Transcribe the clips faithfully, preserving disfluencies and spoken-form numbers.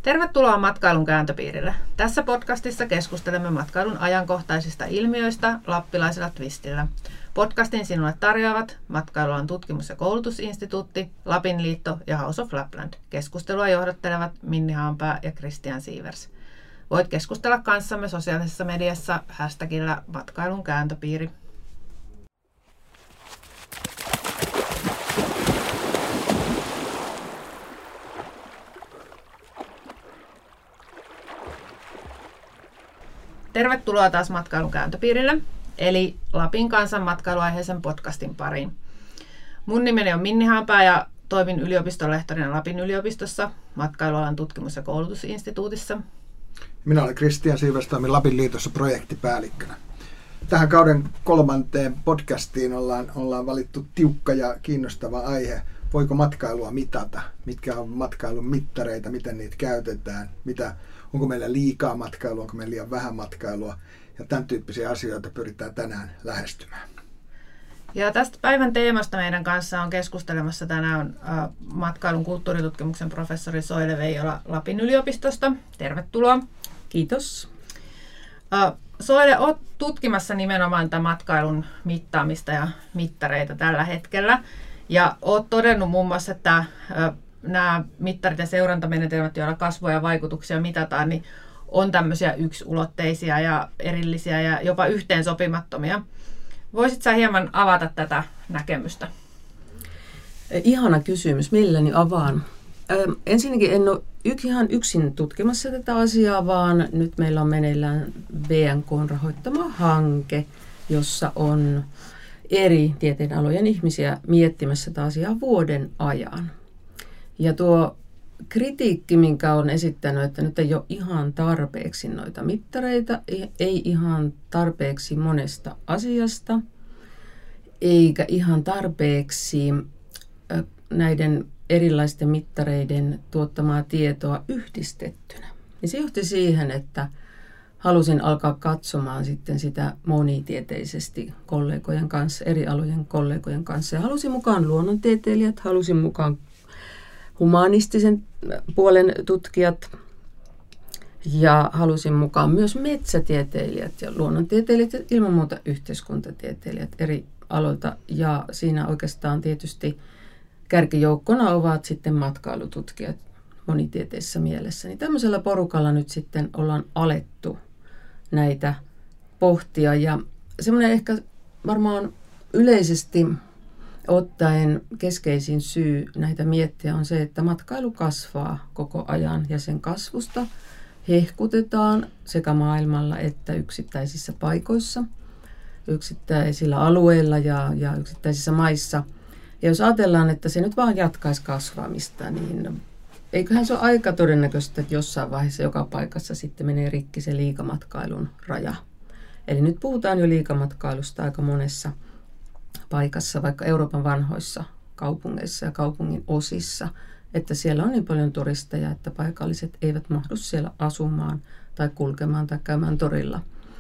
Tervetuloa Matkailun kääntöpiirille. Tässä podcastissa keskustelemme matkailun ajankohtaisista ilmiöistä lappilaisella twistillä. Podcastin sinulle tarjoavat Matkailualan tutkimus- ja koulutusinstituutti, Lapin liitto ja House of Lapland. Keskustelua johdattelevat Minni Haanpää ja Christian Sievers. Voit keskustella kanssamme sosiaalisessa mediassa hashtagillä Matkailun kääntöpiiri. Tervetuloa taas Matkailun kääntöpiirille, eli Lapin kansan matkailuaiheisen podcastin pariin. Mun nimeni on Minni Haanpää ja toimin yliopistonlehtorina Lapin yliopistossa Matkailualan tutkimus- ja koulutusinstituutissa. Minä olen Christian Sievers, toimin Lapin liitossa projektipäällikkönä. Tähän kauden kolmanteen podcastiin ollaan, ollaan valittu tiukka ja kiinnostava aihe. Voiko matkailua mitata? Mitkä on matkailun mittareita? Miten niitä käytetään? Mitä, onko meillä liikaa matkailua? Onko meillä liian vähän matkailua? Ja tämän tyyppisiä asioita pyritään tänään lähestymään. Ja tästä päivän teemasta meidän kanssa on keskustelemassa tänään matkailun kulttuuritutkimuksen professori Soile Veijola Lapin yliopistosta. Tervetuloa. Kiitos. Soile, olet tutkimassa nimenomaan tätä matkailun mittaamista ja mittareita tällä hetkellä. Ja olet todennut muun muassa, että nämä mittarit ja seurantamenetelmät, joilla kasvua ja vaikutuksia mitataan, niin on tämmöisiä yksulotteisia ja erillisiä ja jopa yhteensopimattomia. Voisitko sä hieman avata tätä näkemystä? Ihana kysymys. Mielelläni avaan. Ö, ensinnäkin en ole ihan yksin tutkimassa tätä asiaa, vaan nyt meillä on meneillään V N K:n rahoittama hanke, jossa on eri tieteenalojen ihmisiä miettimässä tätä asiaa vuoden ajan. Ja tuo kritiikki, minkä olen esittänyt, että nyt ei ole ihan tarpeeksi noita mittareita, ei ihan tarpeeksi monesta asiasta, eikä ihan tarpeeksi näiden erilaisten mittareiden tuottamaa tietoa yhdistettynä. Ja se johti siihen, että halusin alkaa katsomaan sitten sitä monitieteisesti kollegojen kanssa, eri alojen kollegojen kanssa. Ja halusin mukaan luonnontieteilijät, halusin mukaan humanistisen puolen tutkijat ja halusin mukaan myös metsätieteilijät ja luonnontieteilijät ja ilman muuta yhteiskuntatieteilijät eri aloilta. Ja siinä oikeastaan tietysti kärkijoukkona ovat sitten matkailututkijat monitieteisessä mielessä. Niin tämmöisellä porukalla nyt sitten ollaan alettu näitä pohtia ja semmoinen ehkä varmaan yleisesti ottaen keskeisin syy näitä miettiä on se, että matkailu kasvaa koko ajan ja sen kasvusta hehkutetaan sekä maailmalla että yksittäisissä paikoissa, yksittäisillä alueilla ja, ja yksittäisissä maissa. Ja jos ajatellaan, että se nyt vaan jatkaisi kasvamista, niin eiköhän se ole aika todennäköistä, että jossain vaiheessa joka paikassa sitten menee rikki se liikamatkailun raja. Eli nyt puhutaan jo liikamatkailusta aika monessa paikassa, vaikka Euroopan vanhoissa kaupungeissa ja kaupungin osissa, että siellä on niin paljon turisteja, että paikalliset eivät mahdu siellä asumaan tai kulkemaan tai käymään torilla.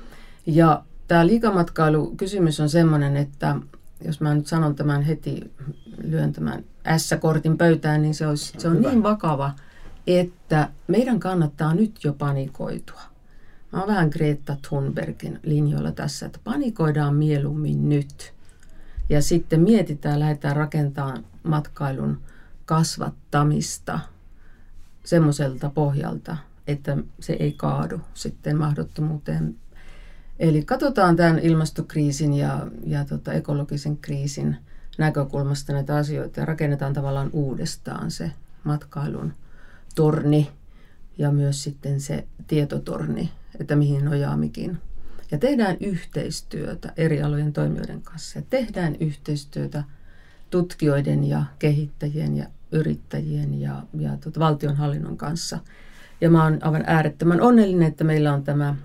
Ja tämä liikamatkailu-kysymys on semmoinen, että jos mä nyt sanon tämän heti, lyön tämän S-kortin pöytään, niin se, olisi, se on niin vakava, että meidän kannattaa nyt jo panikoitua. Mä oon vähän Greta Thunbergin linjoilla tässä, että panikoidaan mieluummin nyt. Ja sitten mietitään, lähdetään rakentamaan matkailun kasvattamista semmoiselta pohjalta, että se ei kaadu sitten mahdottomuuteen. Eli katsotaan tämän ilmastokriisin ja, ja tota ekologisen kriisin näkökulmasta näitä asioita ja rakennetaan tavallaan uudestaan se matkailun torni ja myös sitten se tietotorni, että mihin nojaa mikin. Ja tehdään yhteistyötä eri alojen toimijoiden kanssa. Ja tehdään yhteistyötä tutkijoiden ja kehittäjien ja yrittäjien ja, ja tuota, valtionhallinnon kanssa. Ja mä oon aivan äärettömän onnellinen, että meillä on tämä,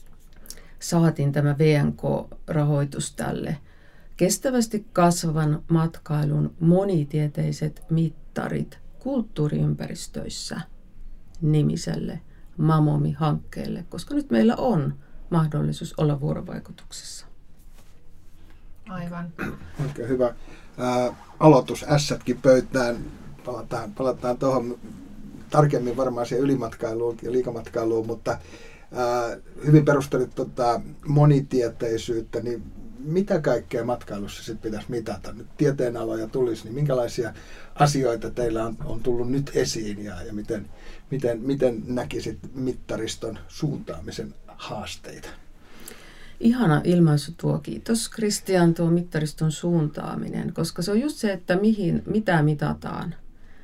saatiin tämä V N K-rahoitus tälle kestävästi kasvavan matkailun monitieteiset mittarit kulttuuriympäristöissä nimiselle MAMOMI-hankkeelle, koska nyt meillä on mahdollisuus olla vuorovaikutuksessa. Aivan. Oikein hyvä ää, aloitus ässätkin pöytään. Palataan, palataan tuohon. tarkemmin varmaan siihen ylimatkailuun ja liikamatkailuun, mutta ää, hyvin perustelit tota monitieteisyyttä, niin mitä kaikkea matkailussa sitten pitäisi mitata? Nyt tieteenaloja tulisi, niin minkälaisia asioita teillä on, on tullut nyt esiin ja, ja miten, miten, miten näkisit mittariston suuntaamisen haasteita? Ihana ilmaisu tuo, kiitos Kristian, tuo mittariston suuntaaminen, koska se on just se, että mihin, mitä mitataan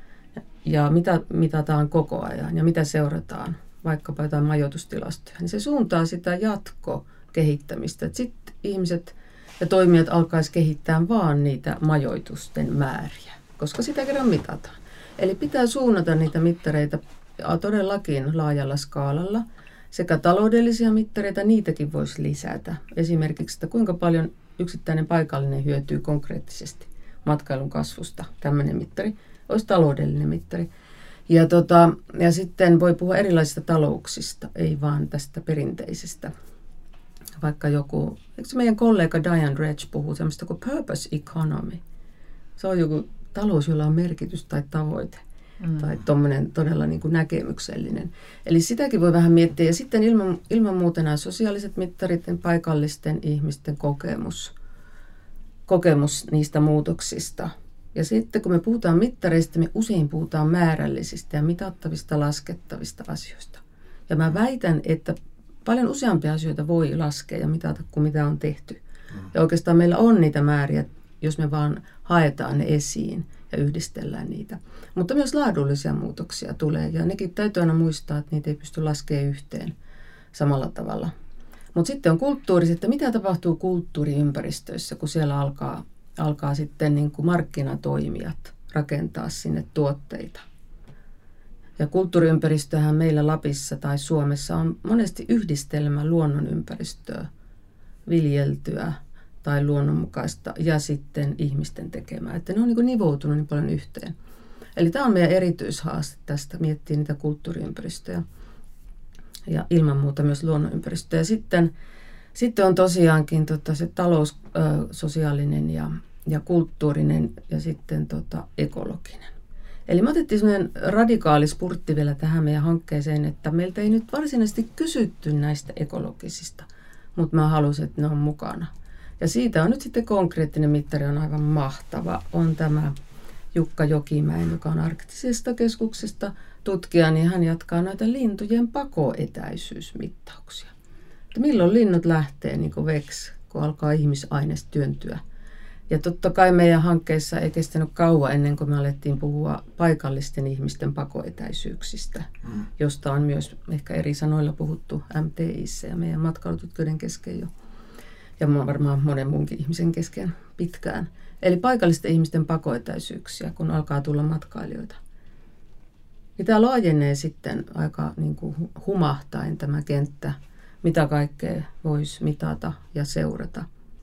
ja mitä mitataan koko ajan ja mitä seurataan, vaikkapa jotain majoitustilastoja, niin se suuntaa sitä jatkokehittämistä, että sitten ihmiset ja toimijat alkaisi kehittää vaan niitä majoitusten määriä, koska sitä kerran mitataan. Eli pitää suunnata niitä mittareita todellakin laajalla skaalalla. Sekä taloudellisia mittareita, niitäkin voisi lisätä. Esimerkiksi, että kuinka paljon yksittäinen paikallinen hyötyy konkreettisesti matkailun kasvusta. Tämmöinen mittari olisi taloudellinen mittari. Ja, tota, ja sitten voi puhua erilaisista talouksista, ei vaan tästä perinteisestä. Vaikka joku, eikö meidän kollega Diane Dredge puhuu semmoista kuin purpose economy. Se on joku talous, jolla on merkitys tai tavoite. Mm. Tai tuommoinen todella niin kuin näkemyksellinen. Eli sitäkin voi vähän miettiä. Ja sitten ilman, ilman muuta nämä sosiaaliset mittarit, paikallisten ihmisten kokemus, kokemus niistä muutoksista. Ja sitten kun me puhutaan mittareista, me usein puhutaan määrällisistä ja mitattavista, laskettavista asioista. Ja mä väitän, että paljon useampia asioita voi laskea ja mitata kuin mitä on tehty. Mm. Ja oikeastaan meillä on niitä määriä, jos me vaan haetaan ne esiin ja yhdistellään niitä. Mutta myös laadullisia muutoksia tulee, ja nekin täytyy aina muistaa, että niitä ei pysty laskemaan yhteen samalla tavalla. Mutta sitten on kulttuuriset, että mitä tapahtuu kulttuuriympäristöissä, kun siellä alkaa, alkaa sitten niin kuin markkinatoimijat rakentaa sinne tuotteita. Ja kulttuuriympäristöhän meillä Lapissa tai Suomessa on monesti yhdistelmä luonnonympäristöä, viljeltyä tai luonnonmukaista ja sitten ihmisten tekemää. Että ne on niin kuin nivoutunut niin paljon yhteen. Eli tämä on meidän erityishaaste tästä, miettiä niitä kulttuuriympäristöjä ja ilman muuta myös luonnonympäristöä. Ja sitten, sitten on tosiaankin tota, se talous, ö, sosiaalinen ja, ja kulttuurinen ja sitten tota, ekologinen. Eli me otettiin sellainen radikaali spurtti vielä tähän meidän hankkeeseen, että meiltä ei nyt varsinaisesti kysytty näistä ekologisista, mutta mä halusin, että ne on mukana. Ja siitä on nyt sitten konkreettinen mittari, on aivan mahtava. On tämä Jukka Jokimäen, joka on Arktisesta keskuksesta tutkija, niin hän jatkaa näitä lintujen pakoetäisyysmittauksia. Että milloin linnut lähtee niin kuin veksi, kun alkaa ihmisaines työntyä. Ja totta kai meidän hankkeessa ei kestänyt kauan ennen kuin me alettiin puhua paikallisten ihmisten pakoetäisyyksistä, mm. josta on myös ehkä eri sanoilla puhuttu M T I:ssä ja meidän matkailututkijoiden kesken jo. Ja varmaan monen muunkin ihmisen kesken pitkään. Eli paikallisten ihmisten pakoetäisyyksiä, kun alkaa tulla matkailijoita. Ja tämä laajenee sitten aika niin kuin humahtain tämä kenttä, mitä kaikkea voisi mitata ja seurata.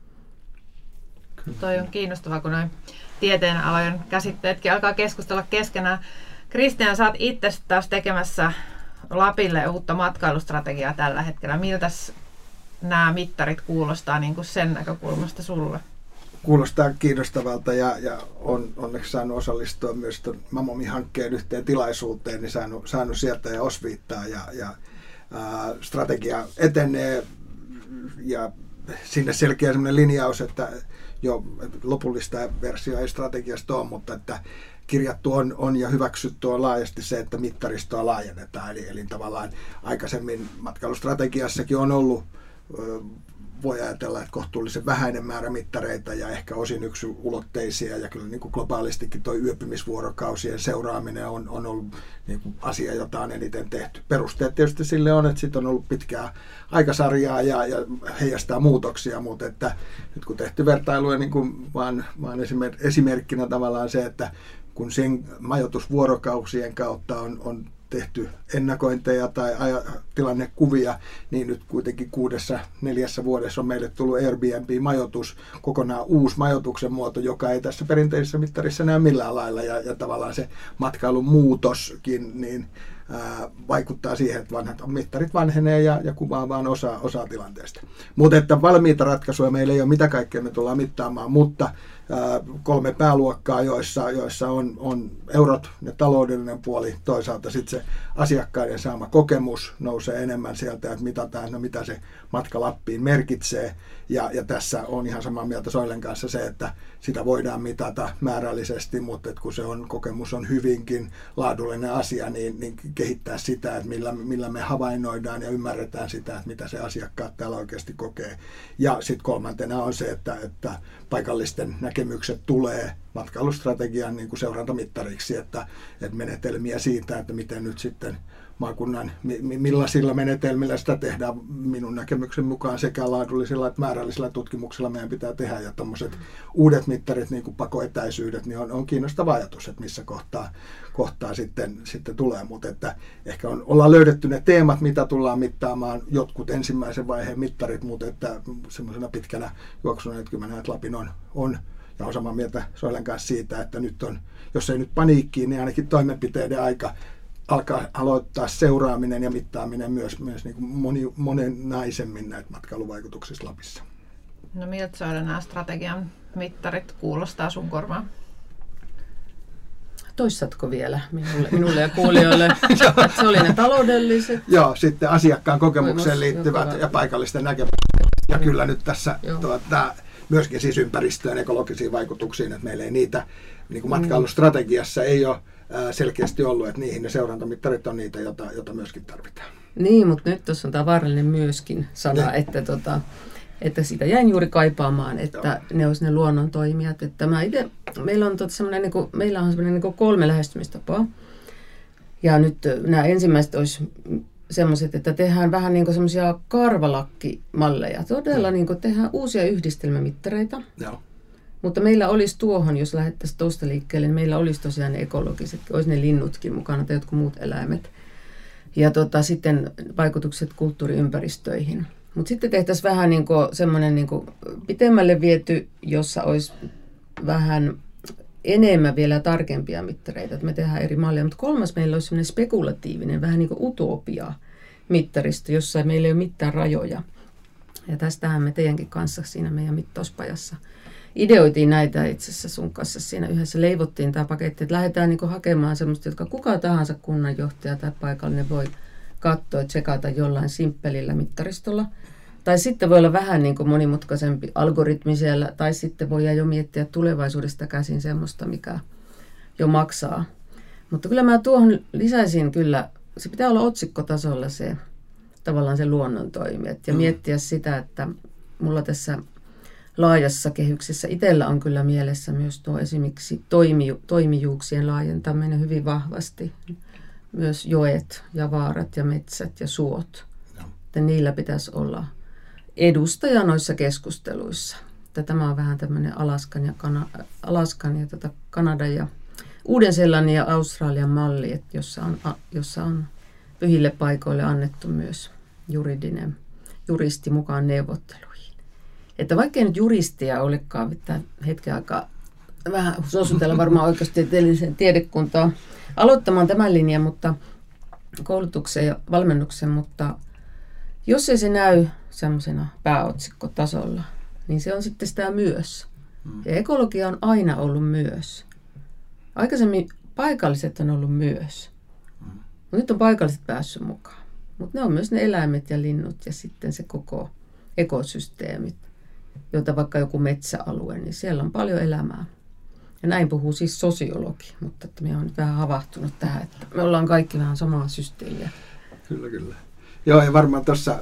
Toi on kiinnostavaa, kun noin tieteenalojen käsitteetkin alkaa keskustella keskenään. Kristian, sä oot itse taas tekemässä Lapille uutta matkailustrategiaa tällä hetkellä. Miltäs nämä mittarit kuulostaa niin kuin sen näkökulmasta sulle? Kuulostaa kiinnostavalta ja, ja on onneksi saanut osallistua myös tuon Mamomi-hankkeen yhteen tilaisuuteen, niin saanut, saanut sieltä ja osviittaa ja, ja ää, strategia etenee ja sinne selkeä sellainen linjaus, että jo lopullista versiota ei strategiasta ole, mutta että kirjattu on, on ja hyväksytty on laajasti se, että mittaristoa laajennetaan. Eli, eli tavallaan aikaisemmin matkailustrategiassakin on ollut, voi ajatella, että kohtuullisen vähäinen määrä mittareita ja ehkä osin yksilulotteisia. Ja kyllä niin kuin globaalistikin tuo yöpymisvuorokausien seuraaminen on, on ollut niin kuin asia, jota on eniten tehty. Perusteet tietysti sille on, että sitten on ollut pitkää aikasarjaa ja, ja heijastaa muutoksia, mutta että nyt kun tehty vertailuja, niin kuin vaan, vaan esimerkkinä tavallaan se, että kun sen majoitusvuorokausien kautta on, on tehty ennakointeja tai aja, tilannekuvia, niin nyt kuitenkin kuudessa, neljässä vuodessa on meille tullut Airbnb-majoitus, kokonaan uusi majoituksen muoto, joka ei tässä perinteisessä mittarissa näy millään lailla, ja, ja tavallaan se matkailun muutoskin, niin ää, vaikuttaa siihen, että vanhat mittarit vanhenee ja, ja kuvaa vain osa, osa tilanteesta. Mutta että valmiita ratkaisuja meillä ei ole, mitä kaikkea me tullaan mittaamaan, mutta ää, kolme pääluokkaa, joissa, joissa on, on eurot ja taloudellinen puoli, toisaalta sitten se asiakkaiden saama kokemus nousee enemmän sieltä, että mitataan, no mitä se matka Lappiin merkitsee. Ja, ja tässä on ihan samaa mieltä Soilen kanssa se, että sitä voidaan mitata määrällisesti, mutta että kun se on, kokemus on hyvinkin laadullinen asia, niin, niin kehittää sitä, että millä, millä me havainnoidaan ja ymmärretään sitä, että mitä se asiakkaat täällä oikeasti kokee. Ja sitten kolmantena on se, että, että paikallisten näkemykset tulee matkailustrategian niin kuin seurantamittariksi, että, että menetelmiä siitä, että miten nyt sitten maakunnan, millaisilla menetelmillä sitä tehdään minun näkemyksen mukaan sekä laadullisilla että määrällisillä tutkimuksilla meidän pitää tehdä. Ja tuommoiset uudet mittarit, niin kuin pakoetäisyydet, niin on, on kiinnostava ajatus, että missä kohtaa, kohtaa sitten, sitten tulee. Mutta että ehkä on, ollaan löydetty ne teemat, mitä tullaan mittaamaan, jotkut ensimmäisen vaiheen mittarit, mutta että semmoisena pitkänä juoksuna, että kyllä mä näen, että Lapin on, on ja on samaa mieltä Soilen kanssa siitä, että nyt on, jos ei nyt paniikkiin, niin ainakin toimenpiteiden aika alkaa aloittaa seuraaminen ja mittaaminen myös, myös niin kuin moni, monenaisemmin näitä matkailuvaikutuksissa Lapissa. No miltä Soile nämä strategian mittarit kuulostaa sun korvaan? Toissatko vielä minulle, minulle ja kuulijoille, että se oli ne taloudelliset? Joo, sitten asiakkaan kokemukseen liittyvät ja paikallisten näkemykset. Ja kyllä nyt tässä tuota, myöskin siis ympäristöön ekologisiin vaikutuksiin, että meillä ei niitä, niin kuin matkailustrategiassa ei ole selkeästi ollut, että niihin ne seurantamittarit on niitä, jota, jota myöskin tarvitaan. Niin, mutta nyt tuossa on tämä vaarallinen myöskin sana, ne. että, tota, että sitä jäin juuri kaipaamaan, että Joo. ne olisi ne luonnon toimijat. Että mä ite, meillä on, tota niin kuin, meillä on semmoinen niin kolme lähestymistapaa. Ja nyt nämä ensimmäiset olisi semmoiset, että tehdään vähän niin kuin semmoisia karvalakkimalleja. Todella niin kuin tehdään uusia yhdistelmämittareita. Joo. Mutta meillä olisi tuohon, jos lähdettäisiin tuosta liikkeelle, niin meillä olisi tosiaan ne ekologiset, olisi ne linnutkin mukana tai jotkut muut eläimet. Ja tota, sitten vaikutukset kulttuuriympäristöihin. Mutta sitten tehtäisiin vähän niin kuin semmoinen niin kuin pitemmälle viety, jossa olisi vähän enemmän vielä tarkempia mittareita, että me tehdään eri malleja. Mutta kolmas meillä olisi semmoinen spekulatiivinen, vähän niin kuin utopia mittaristo, jossa meillä ei ole mitään rajoja. Ja tästähän me teidänkin kanssa siinä meidän mittauspajassa ideoitiin näitä itse asiassa sun kanssa siinä yhdessä, leivottiin tämä paketti, että lähdetään niin hakemaan semmoista, jotka kuka tahansa kunnanjohtaja tai paikallinen voi katsoa, tsekata jollain simppelillä mittaristolla. Tai sitten voi olla vähän niin kuin monimutkaisempi algoritmi siellä, tai sitten voi jo miettiä tulevaisuudesta käsin semmoista, mikä jo maksaa. Mutta kyllä mä tuohon lisäisin kyllä, se pitää olla otsikkotasolla se tavallaan se luonnontoimijat ja mm. miettiä sitä, että mulla tässä laajassa kehyksessä itsellä on kyllä mielessä myös tuo esimerkiksi toimi, toimijuuksien laajentaminen hyvin vahvasti. Myös joet ja vaarat ja metsät ja suot. No. Että niillä pitäisi olla edustaja noissa keskusteluissa. Että tämä on vähän tämmöinen Alaskan ja, Kana, Alaskan ja tota Kanadan ja Uuden-Seelannin ja Australian malli, että jossa, on, jossa on pyhille paikoille annettu myös juridinen, juristi mukaan neuvotteluihin. Että vaikka ei nyt juristia olekaan, että hetken aikaa vähän suositella varmaan oikeustieteellisen tiedekuntaa aloittamaan tämän linjan, mutta koulutuksen ja valmennuksen, mutta jos ei se näy semmoisena pääotsikkotasolla, niin se on sitten sitä myös. Ja ekologia on aina ollut myös. Aikaisemmin paikalliset on ollut myös, mutta nyt on paikalliset päässyt mukaan. Mutta ne on myös ne eläimet ja linnut ja sitten se koko ekosysteemit, jota vaikka joku metsäalue, niin siellä on paljon elämää. Ja näin puhuu siis sosiologi, mutta että minä olen nyt vähän havahtunut tähän, että me ollaan kaikki vähän samaa systeemiä. Kyllä, kyllä. Joo, ja varmaan tuossa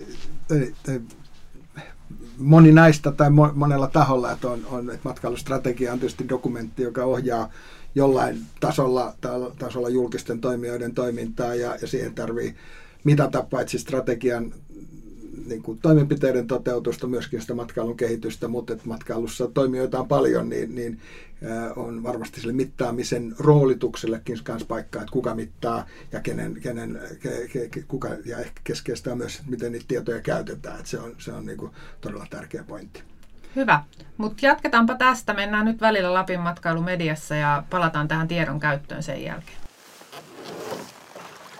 moni näistä tai monella taholla, että, on, on, että matkailustrategia on tietysti dokumentti, joka ohjaa jollain tasolla, tasolla julkisten toimijoiden toimintaa, ja, ja siihen tarvii mitata paitsi strategian niin kuin toimenpiteiden toteutusta, myöskin sitä matkailun kehitystä, mutta että matkailussa toimijoita on paljon, niin, niin äh, on varmasti sille mittaamisen roolituksellekin kanssa paikkaa, että kuka mittaa ja kenen, kenen ke, ke, ke, kuka, ja ehkä keskeistä on myös, että miten niitä tietoja käytetään, että se on, se on niin kuin todella tärkeä pointti. Hyvä, mutta jatketaanpa tästä. Mennään nyt välillä Lapin matkailumediassa ja palataan tähän tiedon käyttöön sen jälkeen.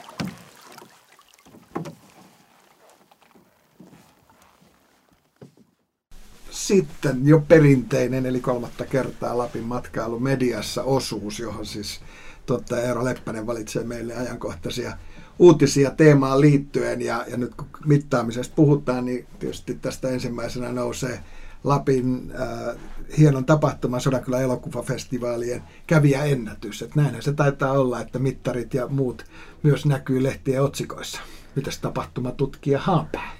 sitten jo perinteinen, eli kolmatta kertaa Lapin matkailumediassa osuus, johon siis tuottaja Eero Leppänen valitsee meille ajankohtaisia uutisia teemaan liittyen. Ja, ja nyt kun mittaamisesta puhutaan, niin tietysti tästä ensimmäisenä nousee Lapin äh, hienon tapahtuman Sodankylän elokuvafestivaalien kävijäennätys. Että näinhän se taitaa olla, että mittarit ja muut myös näkyy lehtien otsikoissa. Mitäs tapahtumatutkija Haapää?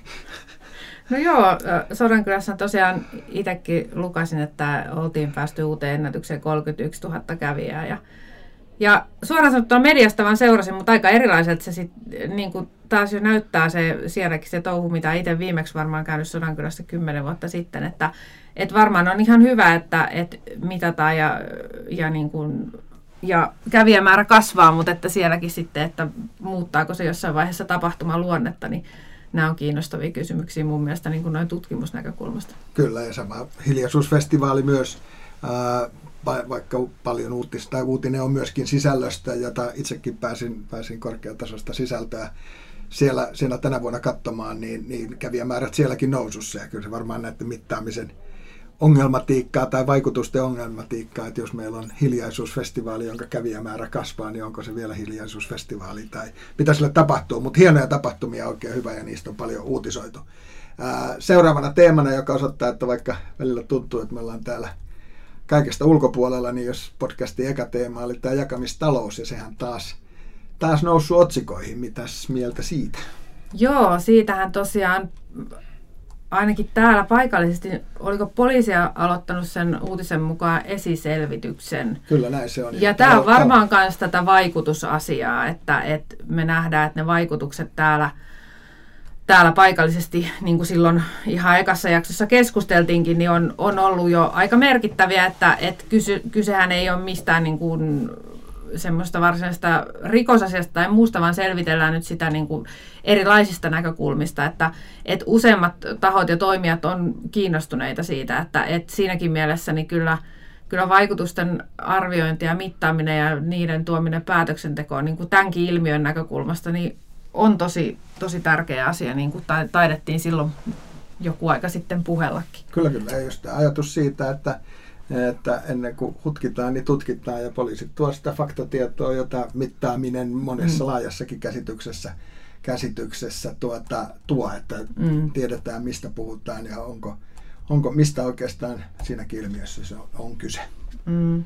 No joo, Sodankylässä tosiaan itsekin lukasin, että oltiin päästy uuteen ennätykseen kolmekymmentäyksituhatta kävijää. Ja, ja suoraan sanottuna mediasta vaan seurasin, mutta aika erilaiselta se sitten niin kuin taas jo näyttää se sielläkin se touhu, mitä itse viimeksi varmaan käynyt Sodankylässä kymmenen vuotta sitten. Että, että varmaan on ihan hyvä, että, että mitataan ja, ja, niin kuin, ja kävijämäärä kasvaa, mutta että sielläkin sitten, että muuttaako se jossain vaiheessa tapahtuman luonnetta, niin nämä on kiinnostavia kysymyksiä mun mielestä niin kuin noin tutkimusnäkökulmasta. Kyllä, ja sama hiljaisuusfestivaali myös, ää, vaikka paljon uutista, tai uutinen on myöskin sisällöstä, jota itsekin pääsin, pääsin korkeatasosta sisältöä siellä, siellä tänä vuonna katsomaan, niin, niin kävijämäärät sielläkin nousussa, ja kyllä se varmaan näiden mittaamisen ongelmatiikkaa tai vaikutusten ongelmatiikkaa, että jos meillä on hiljaisuusfestivaali, jonka kävijämäärä kasvaa, niin onko se vielä hiljaisuusfestivaali tai mitä sille tapahtuu. Mutta hienoja tapahtumia on oikein hyvä ja niistä on paljon uutisoitu. Ää, seuraavana teemana, joka osoittaa, että vaikka välillä tuntuu, että me ollaan täällä kaikesta ulkopuolella, niin jos podcastin eka teema oli tämä jakamistalous ja sehän taas, taas noussut otsikoihin. Mitäs mieltä siitä? Joo, siitähän tosiaan ainakin täällä paikallisesti, oliko poliisia aloittanut sen uutisen mukaan esiselvityksen. Kyllä näin se on. Ja tämä on varmaan myös tätä vaikutusasiaa, että, että me nähdään, että ne vaikutukset täällä, täällä paikallisesti, niin kuin silloin ihan ekassa jaksossa keskusteltiinkin, niin on, on ollut jo aika merkittäviä, että, että kysy, kysehän ei ole mistään niin kuin semmoista varsinaista rikosasiasta tai muusta, vaan selvitellään nyt sitä niin kuin erilaisista näkökulmista, että, että useimmat tahot ja toimijat on kiinnostuneita siitä, että, että siinäkin mielessä niin kyllä, kyllä vaikutusten arviointi ja mittaaminen ja niiden tuominen päätöksentekoon niin kuin tämänkin ilmiön näkökulmasta niin on tosi, tosi tärkeä asia, niin kuin taidettiin silloin joku aika sitten puhellakin. Kyllä, kyllä. Ja just tämä ajatus siitä, että että ennen kuin hutkitaan, niin tutkitaan ja poliisit tuo sitä faktatietoa, jota mittaaminen monessa mm. laajassakin käsityksessä, käsityksessä tuota, tuo, että mm. tiedetään mistä puhutaan ja onko, onko mistä oikeastaan siinäkin ilmiössä se on, on kyse. Mm.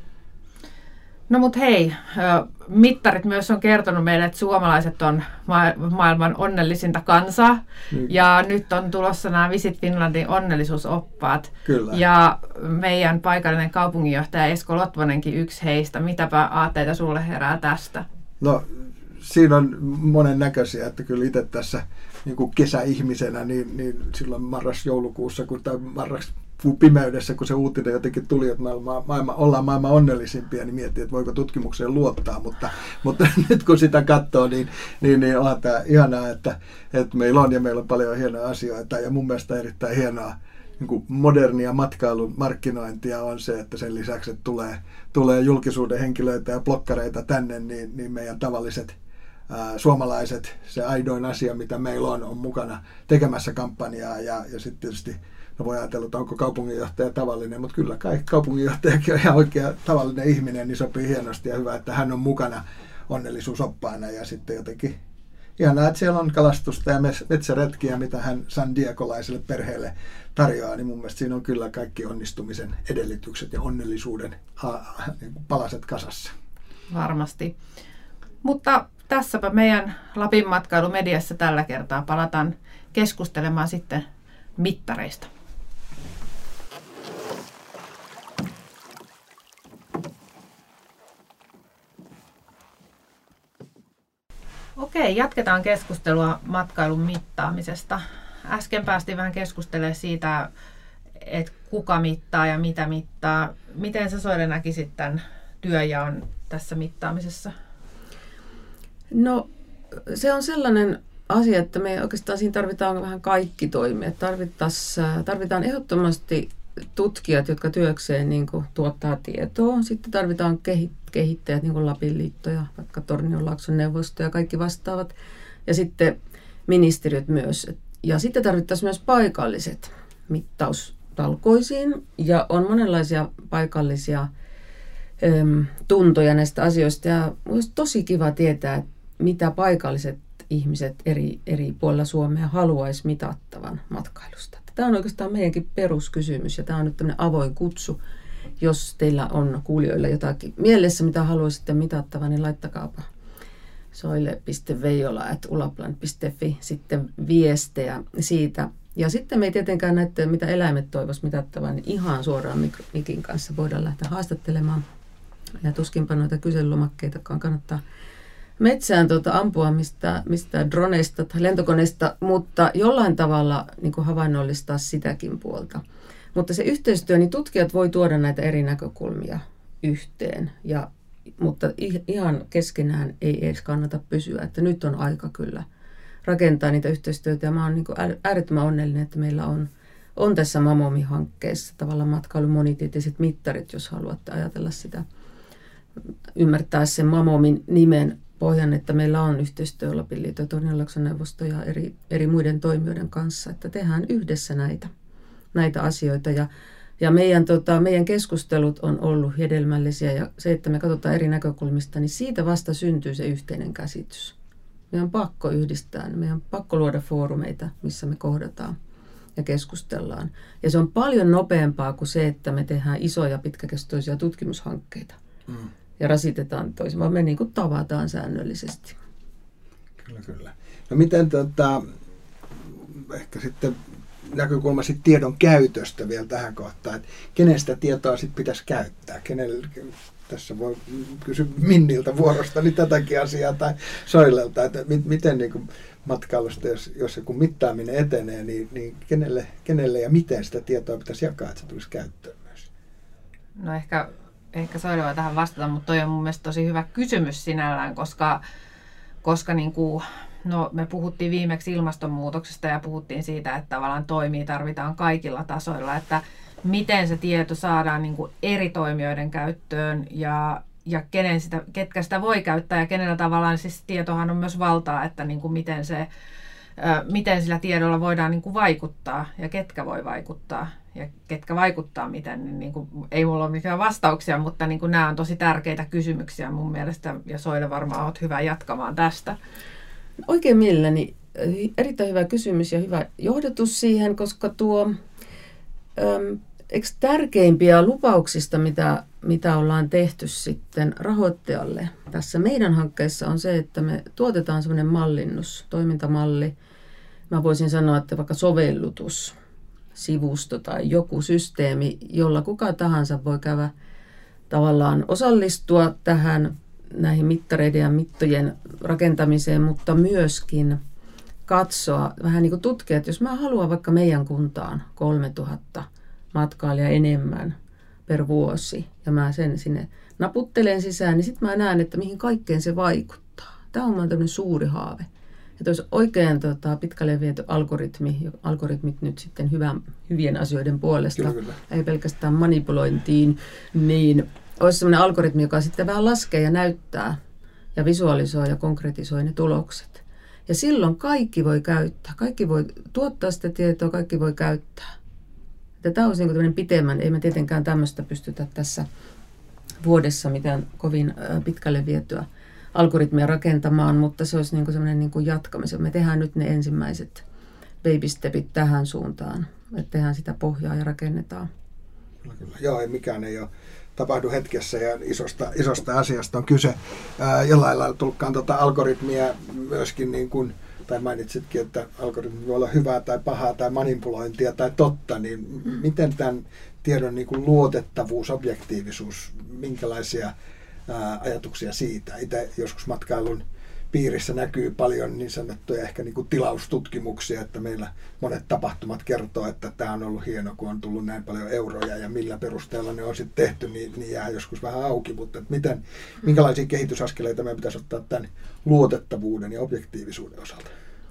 No mut hei, mittarit myös on kertonut meille, että suomalaiset on ma- maailman onnellisinta kansaa. Mm. Ja nyt on tulossa nämä Visit Finlandin onnellisuusoppaat. Kyllä. Ja meidän paikallinen kaupunginjohtaja Esko Lotvanenkin yksi heistä. Mitäpä aatteita sulle herää tästä? No siinä on monen näköisiä, että kyllä itse tässä niin kuin kesäihmisenä, niin, niin silloin marras-joulukuussa, kun tai marras pimeydessä, kun se uutinen jotenkin tuli, että maailma, maailma, ollaan maailman onnellisimpia, niin miettii, että voiko tutkimukseen luottaa, mutta, mutta nyt kun sitä katsoo, niin, niin, niin onhan tämä ihanaa, että, että meillä on ja meillä on paljon hienoja asioita ja mun mielestä erittäin hienoa niin kuin modernia matkailun markkinointia on se, että sen lisäksi, että tulee, tulee julkisuuden henkilöitä ja blokkareita tänne, niin, niin meidän tavalliset ää, suomalaiset, se aidoin asia, mitä meillä on, on mukana tekemässä kampanjaa ja, ja sitten tietysti no voi ajatella, että onko kaupunginjohtaja tavallinen, mutta kyllä kai kaupunginjohtajakin on ihan oikea tavallinen ihminen, niin sopii hienosti ja hyvä, että hän on mukana onnellisuusoppaana ja sitten jotenkin ihanaa, että siellä on kalastusta ja metsäretkiä, mitä hän San Diegolaiselle perheelle tarjoaa, niin mun mielestä siinä on kyllä kaikki onnistumisen edellytykset ja onnellisuuden palaset kasassa. Varmasti. Mutta tässäpä meidän Lapin matkailumediassa tällä kertaa palataan keskustelemaan sitten mittareista. Okei, jatketaan keskustelua matkailun mittaamisesta. Äsken päästiin vähän keskustelemaan siitä, että kuka mittaa ja mitä mittaa. Miten sä Soile näkisit tämän työnjaon tässä mittaamisessa? No se on sellainen asia, että me oikeastaan siinä tarvitaan vähän kaikki toimijat. Tarvitaan ehdottomasti tutkijat, jotka työkseen niin kuin tuottaa tietoa. Sitten tarvitaan kehittäjät, niin kuin Lapin liitto ja vaikka Tornionlaakson neuvosto ja kaikki vastaavat. Ja sitten ministeriöt myös. Ja sitten tarvittaisiin myös paikalliset mittaus, talkoisiin ja on monenlaisia paikallisia äm, tuntoja näistä asioista. Ja olisi tosi kiva tietää, mitä paikalliset ihmiset eri, eri puolilla Suomea haluaisi mitattavan matkailusta. Tämä on oikeastaan meidänkin peruskysymys ja tämä on nyt tämmöinen avoin kutsu. Jos teillä on kuulijoilla jotakin mielessä, mitä haluaisitte mitattavan, niin laittakaapa soile piste veijola ät ulaplan piste fi sitten viestejä siitä. Ja sitten me ei tietenkään näette, mitä eläimet toivoisi mitattavan, niin ihan suoraan mikin kanssa voidaan lähteä haastattelemaan. Ja tuskinpa noita kyselylomakkeitakaan kannattaa metsään tuota ampua mistä, mistä droneista tai lentokoneista, mutta jollain tavalla niin kuin havainnollistaa sitäkin puolta. Mutta se yhteistyö, niin tutkijat voi tuoda näitä eri näkökulmia yhteen, ja, mutta ihan keskenään ei edes kannata pysyä, että nyt on aika kyllä rakentaa niitä yhteistyötä. Ja mä oon niin kuin äärettömän onnellinen, että meillä on, on tässä Mamomi-hankkeessa tavallaan matkailun monitieteelliset mittarit, jos haluatte ajatella sitä, ymmärtää sen Mamomin nimen pohjan, että meillä on yhteistyö Lapin liiton, Tornionlaakson neuvosto ja eri, eri muiden toimijoiden kanssa, että tehdään yhdessä näitä, näitä asioita. Ja, ja meidän, tota, meidän keskustelut on ollut hedelmällisiä ja se, että me katsotaan eri näkökulmista, niin siitä vasta syntyy se yhteinen käsitys. Meidän on pakko yhdistää, meidän on pakko luoda foorumeita, missä me kohdataan ja keskustellaan. Ja se on paljon nopeampaa kuin se, että me tehdään isoja pitkäkestoisia tutkimushankkeita. Mm. Ja rasitetaan toisen, vaan me niin kuin tavataan säännöllisesti. Kyllä, kyllä. No miten tota, ehkä sitten näkökulma sit tiedon käytöstä vielä tähän kohtaan, että kenen sitä tietoa sitten pitäisi käyttää? Kenelle, tässä voi kysyä Minniltä vuorostani tätäkin asiaa tai Soilelta, että mi, miten niin kuin matkailusta, jos, jos joku mittaaminen etenee, niin, niin kenelle, kenelle ja miten sitä tietoa pitäisi jakaa, että se tulisi käyttöön myös? No ehkä... Ehkä Soile voi tähän vastata, mutta toi on mun mielestä tosi hyvä kysymys sinällään, koska, koska niin kuin, no, me puhuttiin viimeksi ilmastonmuutoksesta ja puhuttiin siitä, että tavallaan toimia tarvitaan kaikilla tasoilla, että miten se tieto saadaan niin kuin eri toimijoiden käyttöön ja, ja kenen sitä, ketkä sitä voi käyttää ja kenellä tavallaan siis tietohan on myös valtaa, että niin kuin miten, se, miten sillä tiedolla voidaan niin kuin vaikuttaa ja ketkä voi vaikuttaa. Ja ketkä vaikuttaa miten, niin, niin kuin, ei mulla ole mitään vastauksia, mutta niin kuin, nämä on tosi tärkeitä kysymyksiä mun mielestä, ja Soile varmaan olet hyvä jatkamaan tästä. Oikein mielelläni. Erittäin hyvä kysymys ja hyvä johdatus siihen, koska tuo äm, eikö tärkeimpiä lupauksista, mitä, mitä ollaan tehty sitten rahoittajalle tässä meidän hankkeessa on se, että me tuotetaan semmoinen mallinnus, toimintamalli. Mä voisin sanoa, että vaikka sovellutus, sivusto tai joku systeemi, jolla kuka tahansa voi käydä tavallaan osallistua tähän näihin mittareiden ja mittojen rakentamiseen, mutta myöskin katsoa, vähän niin kuin tutkia, että jos mä haluan vaikka meidän kuntaan kolmetuhatta matkailijaa enemmän per vuosi ja mä sen sinne naputtelen sisään, niin sitten mä näen, että mihin kaikkeen se vaikuttaa. Tämä on tämmöinen suuri haave. Että olisi oikein tota, pitkälle viety algoritmi, algoritmit nyt sitten hyvän, hyvien asioiden puolesta, kyllä, kyllä. Ei pelkästään manipulointiin, niin olisi sellainen algoritmi, joka sitten vähän laskee ja näyttää ja visualisoi ja konkretisoi ne tulokset. Ja silloin kaikki voi käyttää, kaikki voi tuottaa sitä tietoa, kaikki voi käyttää. Ja tämä olisi niin kuin tämmöinen pitemmän, ei me tietenkään tämmöistä pystytä tässä vuodessa mitään kovin pitkälle vietyä algoritmia rakentamaan, mutta se olisi niin kuin semmoinen niin kuin jatkamisen. Me tehdään nyt ne ensimmäiset baby stepit tähän suuntaan, että tehdään sitä pohjaa ja rakennetaan. Kyllä, kyllä. Joo, ei mikään ei ole tapahdu hetkessä ja isosta, isosta asiasta on kyse. Ää, jollain lailla tulkkaan tuota algoritmia myöskin, niin kuin, tai mainitsitkin, että algoritmi voi olla hyvää tai pahaa tai manipulointia tai totta, niin miten tämän tiedon niin kuin luotettavuus, objektiivisuus, minkälaisia ää, ajatuksia siitä? Itse joskus matkailun piirissä näkyy paljon niin sanottuja ehkä niin kuin tilaustutkimuksia, että meillä monet tapahtumat kertoo, että tämä on ollut hieno, kun on tullut näin paljon euroja ja millä perusteella ne on sitten tehty, niin, niin jää joskus vähän auki, mutta miten, minkälaisia kehitysaskeleita meidän pitäisi ottaa tämän luotettavuuden ja objektiivisuuden osalta?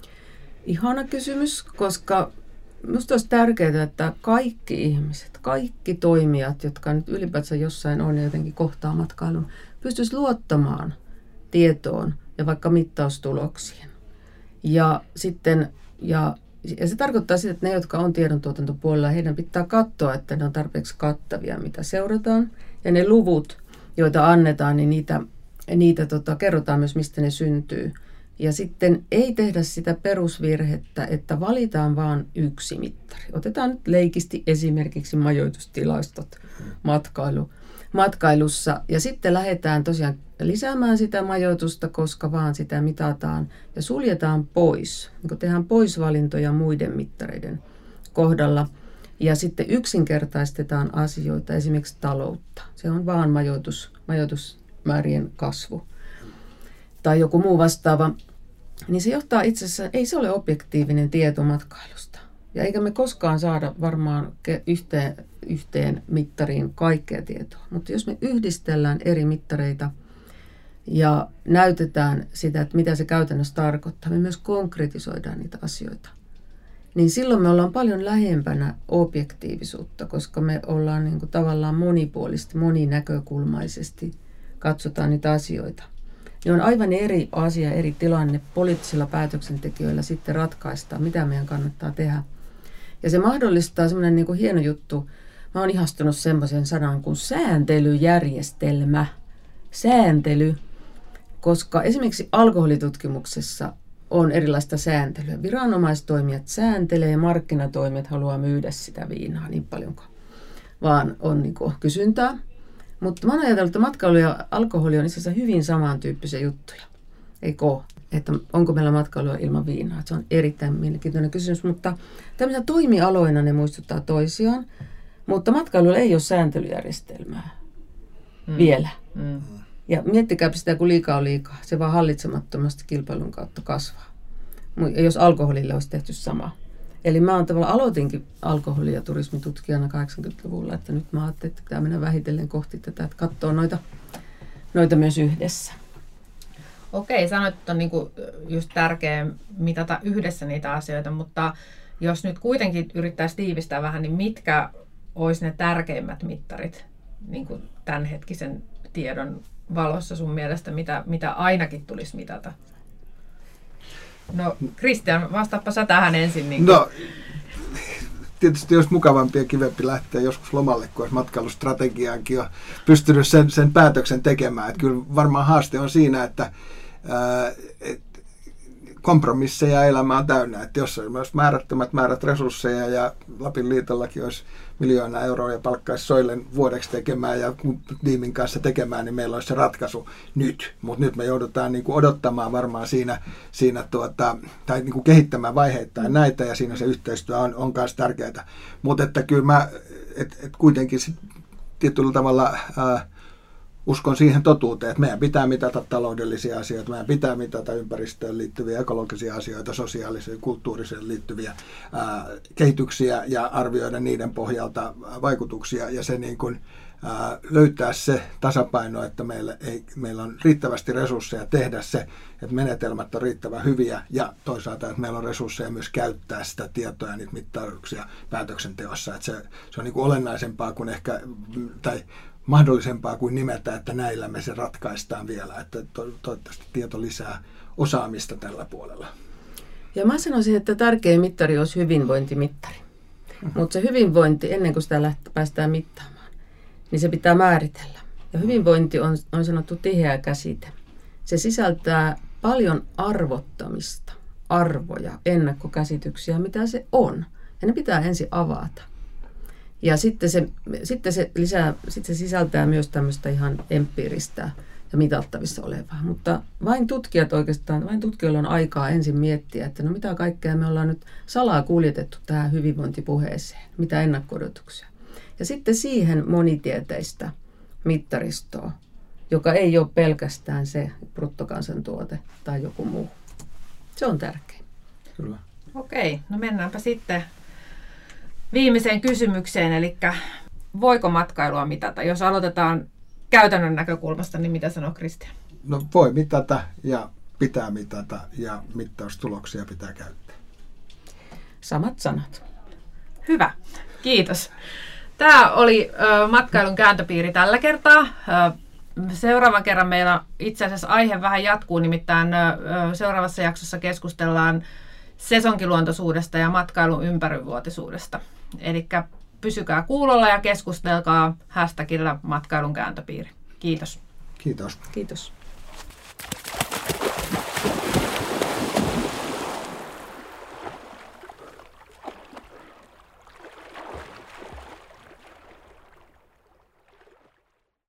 Ihana kysymys, koska minusta olisi tärkeää, että kaikki ihmiset, kaikki toimijat, jotka nyt ylipäätään jossain on ja jotenkin kohtaa matkailun, pystyisi luottamaan tietoon ja vaikka mittaustuloksiin. Ja sitten ja ja se tarkoittaa sitä, että ne, jotka on tiedontuotantopuolella, heidän pitää katsoa, että ne on tarpeeksi kattavia, mitä seurataan. Ja ne luvut, joita annetaan, niin niitä, niitä tota, kerrotaan myös, mistä ne syntyy. Ja sitten ei tehdä sitä perusvirhettä, että valitaan vain yksi mittari. Otetaan nyt leikisti esimerkiksi majoitustilastot matkailu, matkailussa. Ja sitten lähdetään tosiaan lisäämään sitä majoitusta, koska vaan sitä mitataan ja suljetaan pois. Niin tehdään poisvalintoja muiden mittareiden kohdalla. Ja sitten yksinkertaistetaan asioita, esimerkiksi taloutta. Se on vaan majoitus, majoitusmäärien kasvu. Tai joku muu vastaava, niin se johtaa itse asiassa, ei se ole objektiivinen tieto matkailusta. Ja eikä me koskaan saada varmaan yhteen, yhteen mittariin kaikkea tietoa. Mutta jos me yhdistellään eri mittareita ja näytetään sitä, että mitä se käytännössä tarkoittaa, me myös konkretisoidaan niitä asioita. Niin silloin me ollaan paljon lähempänä objektiivisuutta, koska me ollaan niin kuin tavallaan monipuolisesti, moninäkökulmaisesti katsotaan niitä asioita. Niin on aivan eri asia, eri tilanne poliittisilla päätöksentekijöillä sitten ratkaista, mitä meidän kannattaa tehdä. Ja se mahdollistaa semmoinen niin kuin hieno juttu. Mä oon ihastunut semmoisen sanan kuin sääntelyjärjestelmä. Sääntely, koska esimerkiksi alkoholitutkimuksessa on erilaista sääntelyä. Viranomaistoimijat sääntelee ja markkinatoimijat haluaa myydä sitä viinaa niin paljon kuin vaan on niin kuin kysyntää. Mutta mä oon ajatellut, että matkailu ja alkoholi on itse asiassa hyvin samantyyppisiä juttuja. Eikö ole? Että onko meillä matkailua ilman viinaa? Se on erittäin mielenkiintoinen kysymys, mutta tämmöisenä toimialoina ne muistuttaa toisiaan. Mutta matkailulla ei ole sääntelyjärjestelmää mm. vielä. Mm. Ja miettikääpä sitä, kun liikaa on liikaa. Se vaan hallitsemattomasti kilpailun kautta kasvaa. Ja jos alkoholille olisi tehty sama. Eli mä oon tavallaan aloitinkin alkoholi- ja turismitutkijana kahdeksankymmentäluvulla, että nyt mä ajattelin, että pitää mennä vähitellen kohti tätä, että katsoo noita, noita myös yhdessä. Okei, sanoit, että on niinku just tärkeää mitata yhdessä niitä asioita, mutta jos nyt kuitenkin yrittäisi tiivistää vähän, niin mitkä olisi ne tärkeimmät mittarit niin kuin tämänhetkisen tiedon valossa sun mielestä, mitä, mitä ainakin tulisi mitata? No, Kristian, vastaappa sä tähän ensin. Niin no, tietysti olisi mukavampi ja kivempi lähteä joskus lomalle, kun olisi matkailustrategiaankin jo pystynyt sen, sen päätöksen tekemään. Että kyllä varmaan haaste on siinä, että ää, et, kompromisseja elämä on täynnä. Että jos olisi myös määrättömät määrät resursseja ja Lapin liitollakin olisi miljoona euroa ja palkkaisi Soilen vuodeksi tekemään ja tiimin kanssa tekemään, niin meillä olisi se ratkaisu nyt. Mutta nyt me joudutaan niinku odottamaan varmaan siinä, siinä tuota, tai niinku kehittämään vaiheittain näitä ja siinä se yhteistyö on, on myös tärkeää. Mutta että kyllä mä et, et kuitenkin sit tietyllä tavalla ää, uskon siihen totuuteen, että meidän pitää mitata taloudellisia asioita, meidän pitää mitata ympäristöön liittyviä ekologisia asioita, sosiaalisia, kulttuuriseen liittyviä ää, kehityksiä ja arvioida niiden pohjalta vaikutuksia ja se niin kuin, ää, löytää se tasapaino, että meillä, ei, meillä on riittävästi resursseja tehdä se, että menetelmät on riittävän hyviä ja toisaalta, että meillä on resursseja myös käyttää sitä tietoa ja niitä mittauksia päätöksenteossa. Että se, se on niin kuin olennaisempaa kuin ehkä, tai mahdollisempaa kuin nimetä, että näillä me se ratkaistaan vielä, että to- toivottavasti tieto lisää osaamista tällä puolella. Ja mä sanoisin, että tärkein mittari olisi hyvinvointimittari. Mm-hmm. Mutta se hyvinvointi, ennen kuin sitä läht- päästään mittaamaan, niin se pitää määritellä. Ja hyvinvointi on, on sanottu tiheä käsite. Se sisältää paljon arvottamista, arvoja, ennakkokäsityksiä, mitä se on. Ja ne pitää ensin avata. Ja sitten se, sitten, se lisää, sitten se sisältää myös tämmöistä ihan empiiristä ja mitattavissa olevaa. Mutta vain tutkijat oikeastaan, vain tutkijoilla on aikaa ensin miettiä, että no mitä kaikkea me ollaan nyt salaa kuljetettu tähän hyvinvointipuheeseen, mitä ennakko-odotuksia. Ja sitten siihen monitieteistä mittaristoa, joka ei ole pelkästään se bruttokansantuote tai joku muu. Se on tärkeä. Kyllä. Okei, no mennäänpä sitten viimeiseen kysymykseen, eli voiko matkailua mitata? Jos aloitetaan käytännön näkökulmasta, niin mitä sanoo Kristian? No voi mitata ja pitää mitata ja mittaustuloksia pitää käyttää. Samat sanat. Hyvä, kiitos. Tämä oli ö, matkailun kääntöpiiri tällä kertaa. Ö, seuraavan kerran meillä itse asiassa aihe vähän jatkuu, nimittäin ö, seuraavassa jaksossa keskustellaan sesonkiluontoisuudesta ja matkailun ympärivuotisuudesta. Eli pysykää kuulolla ja keskustelkaa hashtagillä matkailun kääntöpiiri. Kiitos. Kiitos. Kiitos.